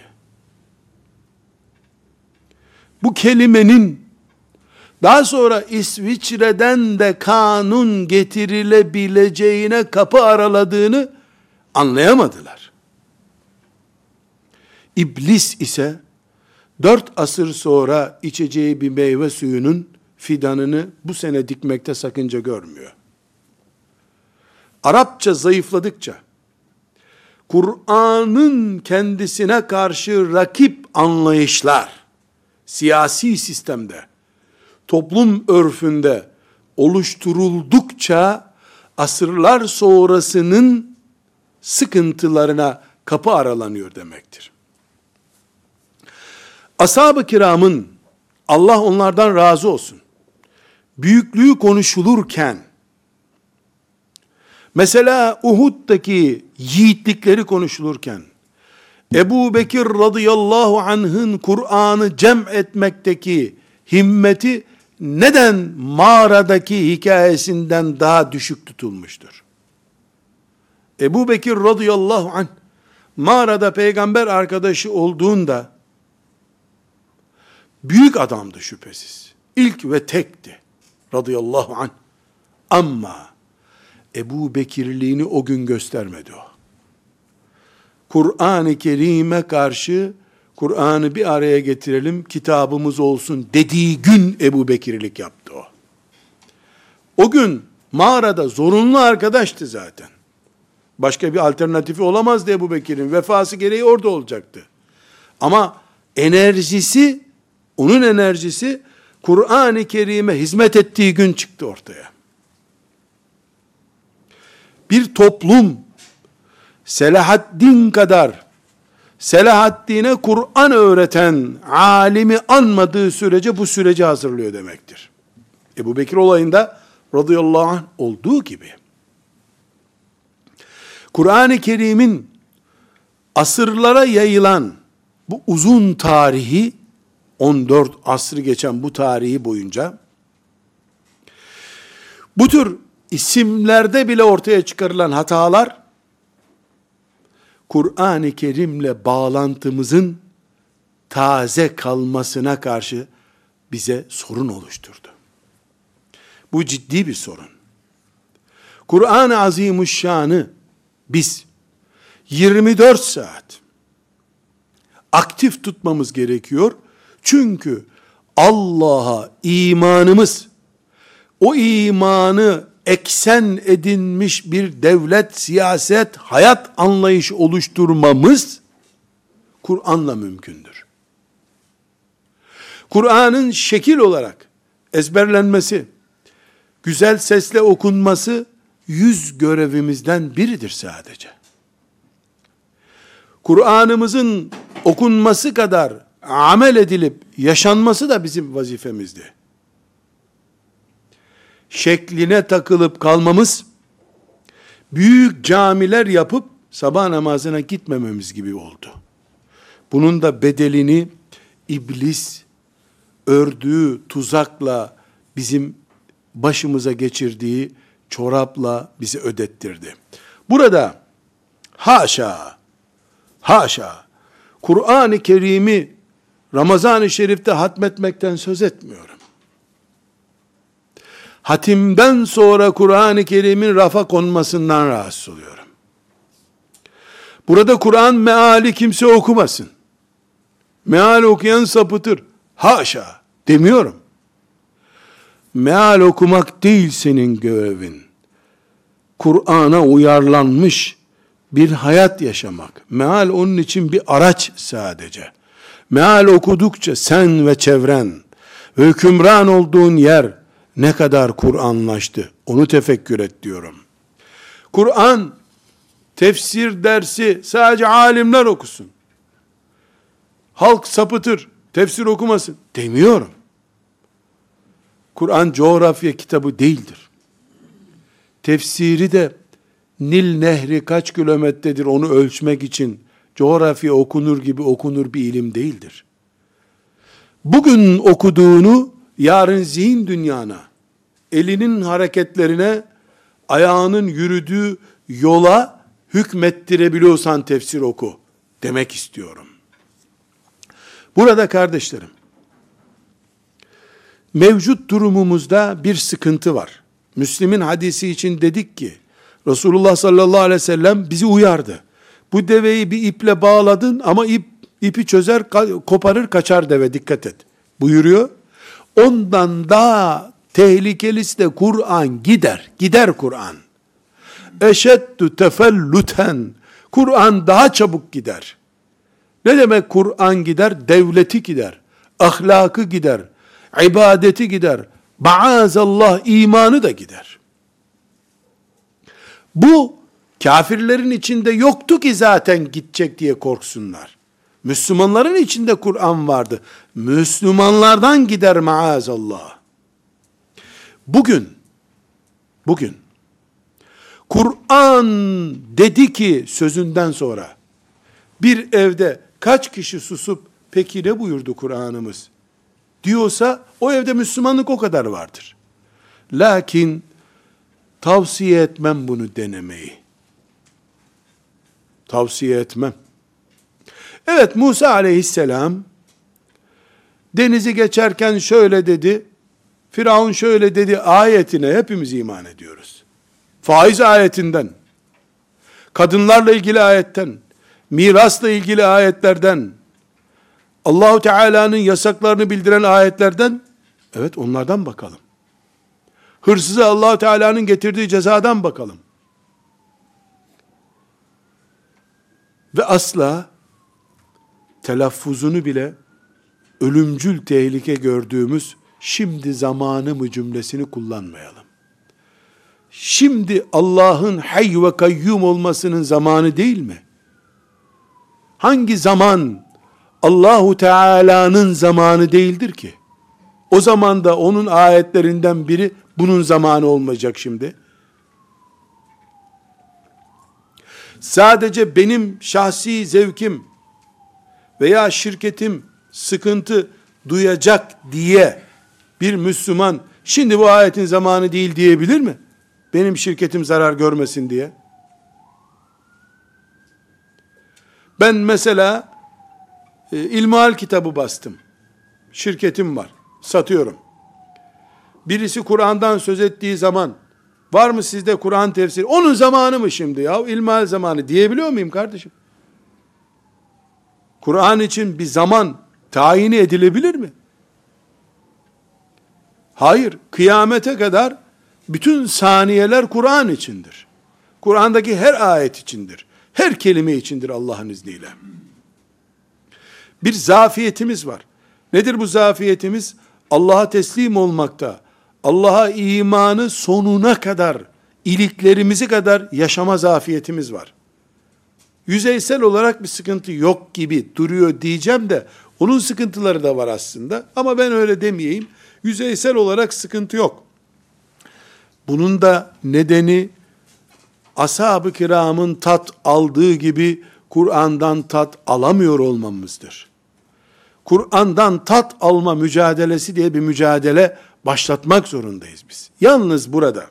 Bu kelimenin daha sonra İsviçre'den de kanun getirilebileceğine kapı araladığını anlayamadılar. İblis ise 4 asır sonra içeceği bir meyve suyunun fidanını bu sene dikmekte sakınca görmüyor. Arapça zayıfladıkça, Kur'an'ın kendisine karşı rakip anlayışlar, siyasi sistemde, toplum örfünde oluşturuldukça, asırlar sonrasının sıkıntılarına kapı aralanıyor demektir. Ashab-ı kiramın, Allah onlardan razı olsun, büyüklüğü konuşulurken, mesela Uhud'daki yiğitlikleri konuşulurken, Ebu Bekir radıyallahu anh'ın Kur'an'ı cem etmekteki himmeti neden mağaradaki hikayesinden daha düşük tutulmuştur? Ebu Bekir radıyallahu anh mağarada peygamber arkadaşı olduğunda büyük adamdı şüphesiz. İlk ve tekti radıyallahu anh. Ama Ebu Bekirliğini o gün göstermedi o. Kur'an-ı Kerim'e karşı Kur'an'ı bir araya getirelim, kitabımız olsun dediği gün Ebu Bekirlik yaptı o. O gün Mağarada zorunlu arkadaştı zaten. Başka bir alternatifi olamazdı Ebu Bekir'in. Vefası gereği orada olacaktı. Ama enerjisi, onun enerjisi Kur'an-ı Kerim'e hizmet ettiği gün çıktı ortaya. Bir toplum Selahaddin kadar Selahaddin'e Kur'an öğreten alimi anmadığı sürece bu süreci hazırlıyor demektir. Ebu Bekir olayında radıyallahu anh olduğu gibi Kur'an-ı Kerim'in asırlara yayılan bu uzun tarihi, 14 asrı geçen bu tarihi boyunca bu tür isimlerde bile ortaya çıkarılan hatalar Kur'an-ı Kerim'le bağlantımızın taze kalmasına karşı bize sorun oluşturdu. Bu ciddi bir sorun. Kur'an-ı Azimuşşan'ı biz 24 saat aktif tutmamız gerekiyor. Çünkü Allah'a imanımız, o imanı eksen edinmiş bir devlet, siyaset, hayat anlayışı oluşturmamız Kur'an'la mümkündür. Kur'an'ın şekil olarak ezberlenmesi, güzel sesle okunması yüz görevimizden biridir sadece. Kur'an'ımızın okunması kadar amel edilip yaşanması da bizim vazifemizdi. Şekline takılıp kalmamız, büyük camiler yapıp sabah namazına gitmememiz gibi oldu. Bunun da bedelini iblis ördüğü tuzakla bizim başımıza geçirdiği çorapla bizi ödettirdi. Burada haşa Kur'an-ı Kerim'i Ramazan-ı Şerif'te hatmetmekten söz etmiyorum. Hatimden sonra Kur'an-ı Kerim'in rafa konmasından rahatsız oluyorum. Burada Kur'an meali kimse okumasın. Meal okuyan sapıtır. Haşa demiyorum. Meal okumak değil senin görevin. Kur'an'a uyarlanmış bir hayat yaşamak. Meal onun için bir araç sadece. Meal okudukça sen ve çevren ve hükümran olduğun yer ne kadar Kur'anlaştı, onu tefekkür et diyorum. Kur'an tefsir dersi sadece alimler okusun. Halk sapıtır, tefsir okumasın demiyorum. Kur'an coğrafya kitabı değildir. Tefsiri de Nil Nehri kaç kilometredir onu ölçmek için coğrafya okunur gibi okunur bir ilim değildir. Bugün okuduğunu yarın zihin dünyana, elinin hareketlerine, ayağının yürüdüğü yola hükmettirebiliyorsan tefsir oku demek istiyorum. Burada kardeşlerim, mevcut durumumuzda bir sıkıntı var. Müslim'in hadisi için dedik ki, Resulullah sallallahu aleyhi ve sellem bizi uyardı. Bu deveyi bir iple bağladın ama ipi çözer, koparır, kaçar deve, dikkat et buyuruyor. Ondan daha tehlikelisi de Kur'an gider. Gider Kur'an. Eşeddü tefellüten. Kur'an daha çabuk gider. Ne demek Kur'an gider? Devleti gider. Ahlakı gider. İbadeti gider. Maazallah imanı da gider. Bu kafirlerin içinde yoktu ki zaten gidecek diye korksunlar. Müslümanların içinde Kur'an vardı. Müslümanlardan gider maazallah. Bugün Kur'an dedi ki sözünden sonra bir evde kaç kişi susup peki ne buyurdu Kur'an'ımız diyorsa o evde Müslümanlık o kadar vardır. Lakin tavsiye etmem bunu denemeyi. Tavsiye etmem. Evet, Musa aleyhisselam denizi geçerken şöyle dedi, Firavun şöyle dedi ayetine hepimiz iman ediyoruz. Faiz ayetinden, kadınlarla ilgili ayetten, mirasla ilgili ayetlerden, Allahu Teala'nın yasaklarını bildiren ayetlerden, evet onlardan bakalım. Hırsıza Allah Teala'nın getirdiği cezadan bakalım. Ve asla telaffuzunu bile ölümcül tehlike gördüğümüz şimdi zamanı mı cümlesini kullanmayalım. Şimdi Allah'ın hayy ve kayyum olmasının zamanı değil mi? Hangi zaman Allahu Teala'nın zamanı değildir ki? O zaman da onun ayetlerinden biri bunun zamanı olmayacak şimdi. Sadece benim şahsi zevkim veya şirketim sıkıntı duyacak diye bir Müslüman şimdi bu ayetin zamanı değil diyebilir mi? Benim şirketim zarar görmesin diye. Ben mesela ilmihal kitabı bastım. Şirketim var. Satıyorum. Birisi Kur'an'dan söz ettiği zaman var mı sizde Kur'an tefsiri? Onun zamanı mı şimdi ya? İlmihal zamanı diyebiliyor muyum kardeşim? Kur'an için bir zaman tayini edilebilir mi? Hayır. Kıyamete kadar bütün saniyeler Kur'an içindir. Kur'an'daki her ayet içindir. Her kelime içindir Allah'ın izniyle. Bir zafiyetimiz var. Nedir bu zafiyetimiz? Allah'a teslim olmakta, Allah'a imanı sonuna kadar, iliklerimizi kadar yaşama zafiyetimiz var. Yüzeysel olarak bir sıkıntı yok gibi duruyor diyeceğim de, onun sıkıntıları da var aslında. Ama ben öyle demeyeyim. Yüzeysel olarak sıkıntı yok. Bunun da nedeni, ashab-ı kiramın tat aldığı gibi, Kur'an'dan tat alamıyor olmamızdır. Kur'an'dan tat alma mücadelesi diye bir mücadele başlatmak zorundayız biz. Yalnız burada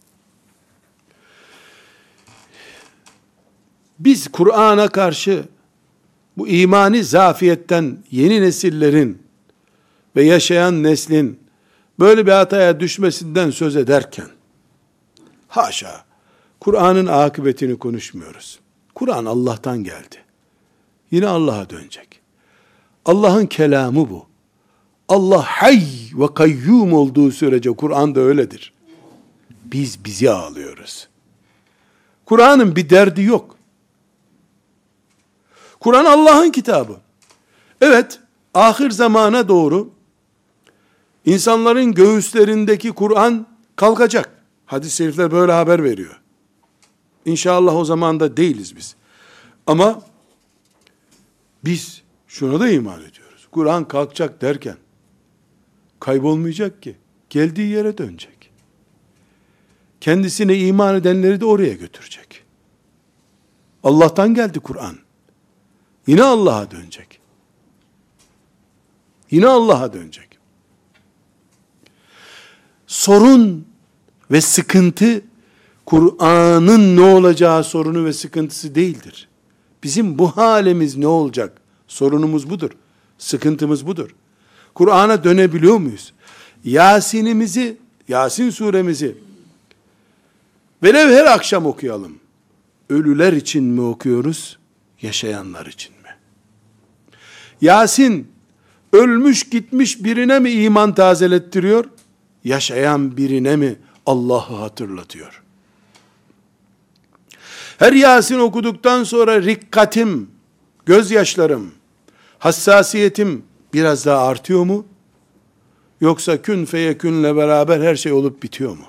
biz Kur'an'a karşı bu imani zafiyetten yeni nesillerin ve yaşayan neslin böyle bir hataya düşmesinden söz ederken haşa Kur'an'ın akıbetini konuşmuyoruz. Kur'an Allah'tan geldi. Yine Allah'a dönecek. Allah'ın kelamı bu. Allah hayy ve kayyum olduğu sürece Kur'an da öyledir. Biz bizi ağlıyoruz. Kur'an'ın bir derdi yok. Kur'an Allah'ın kitabı. Evet, ahir zamana doğru insanların göğüslerindeki Kur'an kalkacak. Hadis-i şerifler böyle haber veriyor. İnşallah o zaman da değiliz biz. Ama biz şuna da iman ediyoruz. Kur'an kalkacak derken kaybolmayacak ki. Geldiği yere dönecek. Kendisine iman edenleri de oraya götürecek. Allah'tan geldi Kur'an. Yine Allah'a dönecek. Yine Allah'a dönecek. Sorun ve sıkıntı Kur'an'ın ne olacağı sorunu ve sıkıntısı değildir. Bizim bu halimiz ne olacak? Sorunumuz budur. Sıkıntımız budur. Kur'an'a dönebiliyor muyuz? Yasin suremizi velev her akşam okuyalım. Ölüler için mi okuyoruz? Yaşayanlar için mi? Yasin ölmüş gitmiş birine mi iman tazelettiriyor? Yaşayan birine mi Allah'ı hatırlatıyor? Her Yasin okuduktan sonra rikkatim, gözyaşlarım, hassasiyetim biraz daha artıyor mu? Yoksa kün feyekünle beraber her şey olup bitiyor mu?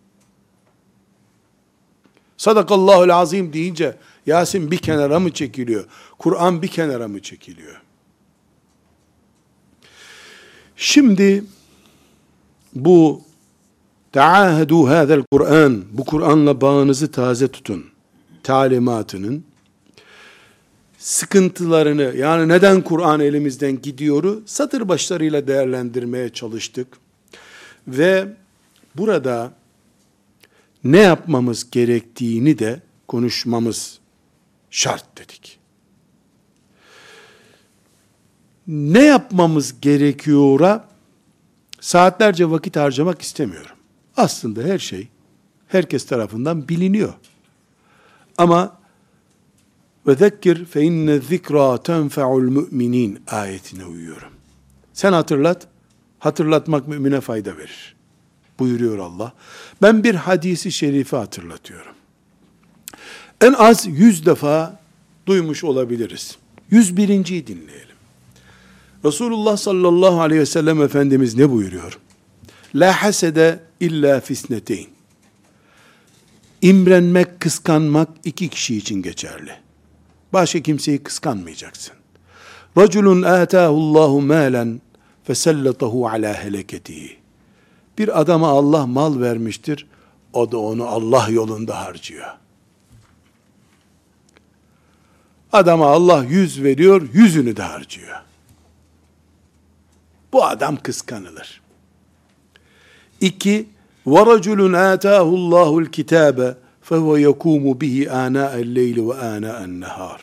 Sadakallahul azim deyince Yasin bir kenara mı çekiliyor? Kur'an bir kenara mı çekiliyor? Şimdi bu taahhedû hâzel Kur'an, bu Kur'an'la bağınızı taze tutun talimatının sıkıntılarını, yani neden Kur'an elimizden gidiyoru satır başlarıyla değerlendirmeye çalıştık. Ve burada ne yapmamız gerektiğini de konuşmamız şart dedik. Ne yapmamız gerekiyora saatlerce vakit harcamak istemiyorum. Aslında her şey herkes tarafından biliniyor. Ama ve zekkir fe inne zikra tenfe'ul müminin ayetine uyuyorum. Sen hatırlat, hatırlatmak mümine fayda verir. buyuruyor Allah. Ben bir hadisi şerifi hatırlatıyorum. En az 100 defa duymuş olabiliriz. 101.'yi dinleyelim. Resulullah sallallahu aleyhi ve sellem Efendimiz ne buyuruyor? La hasede illa fisneteyn. İmrenmek, kıskanmak iki kişi için geçerli. Başka kimseyi kıskanmayacaksın. Raculun atâhullâhu mâlen feselletahu alâ heleketihi. Bir adama Allah mal vermiştir, o da onu Allah yolunda harcıyor. Adama Allah 100 veriyor, 100'ünü de harcıyor. Bu adam kıskanılır. 2. وَرَجُلٌ آتَاهُ اللّٰهُ الْكِتَابَ فَهُوَ يَكُومُ بِهِ آنَاءَ اللَّيْلِ وَآنَاءَ النَّهَارِ.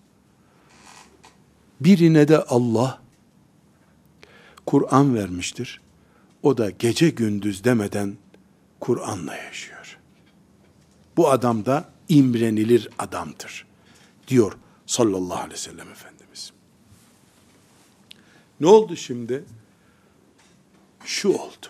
Birine de Allah Kur'an vermiştir. O da gece gündüz demeden Kur'an'la yaşıyor. Bu adam da imrenilir adamdır, diyor sallallahu aleyhi ve sellem Efendimiz. Ne oldu şimdi? Şu oldu.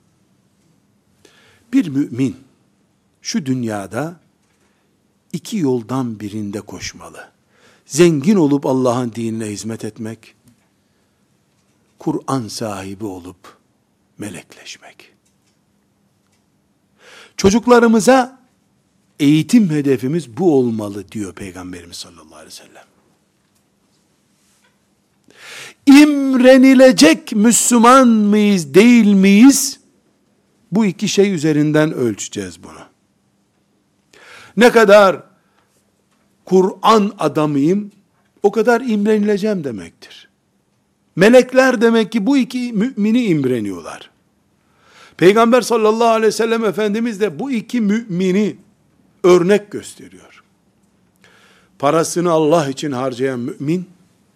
Bir mümin şu dünyada iki yoldan birinde koşmalı. Zengin olup Allah'ın dinine hizmet etmek, Kur'an sahibi olup melekleşmek. Çocuklarımıza eğitim hedefimiz bu olmalı diyor Peygamberimiz sallallahu aleyhi ve sellem. İmrenilecek Müslüman mıyız, değil miyiz? Bu iki şey üzerinden ölçeceğiz bunu. Ne kadar Kur'an adamıyım, o kadar imrenileceğim demektir. Melekler demek ki bu iki mümini imreniyorlar. Peygamber sallallahu aleyhi ve sellem Efendimiz de bu iki mümini örnek gösteriyor. Parasını Allah için harcayan mümin,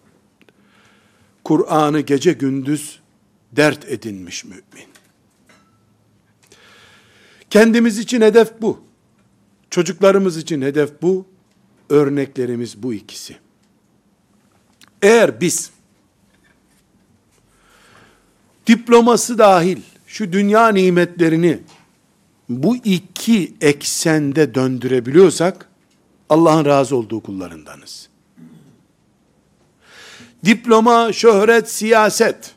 Kur'an'ı gece gündüz dert edinmiş mümin. Kendimiz için hedef bu. Çocuklarımız için hedef bu. Örneklerimiz bu ikisi. Eğer biz diploması dahil şu dünya nimetlerini bu iki eksende döndürebiliyorsak Allah'ın razı olduğu kullarındanız. Diploma, şöhret, siyaset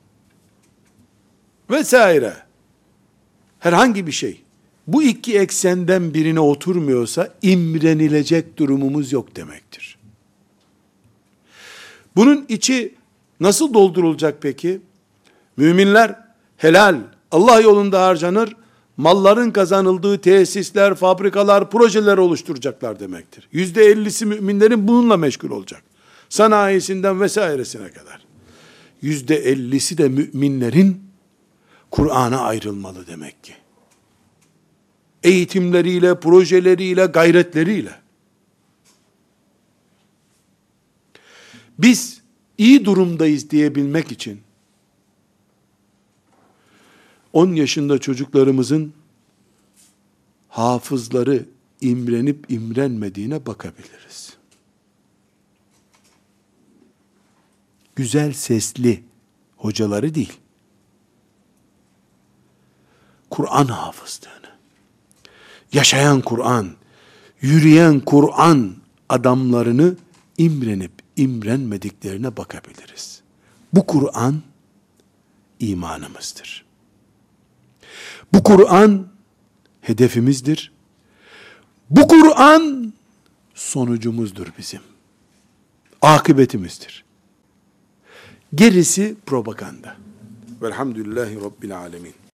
vesaire herhangi bir şey bu iki eksenden birine oturmuyorsa imrenilecek durumumuz yok demektir. Bunun içi nasıl doldurulacak peki? Müminler helal, Allah yolunda harcanır, malların kazanıldığı tesisler, fabrikalar, projeler oluşturacaklar demektir. %50'si müminlerin bununla meşgul olacak. Sanayisinden vesairesine kadar. %50'si de müminlerin Kur'an'a ayrılmalı demek ki. Eğitimleriyle, projeleriyle, gayretleriyle. Biz iyi durumdayız diyebilmek için 10 yaşında çocuklarımızın hafızları imrenip imrenmediğine bakabiliriz. Güzel sesli hocaları değil, Kur'an hafızlığını, yaşayan Kur'an, yürüyen Kur'an adamlarını imrenip imrenmediklerine bakabiliriz. Bu Kur'an imanımızdır. Bu Kur'an hedefimizdir. Bu Kur'an sonucumuzdur bizim. Akıbetimizdir. Gerisi propaganda. Velhamdülillahi Rabbil alemin.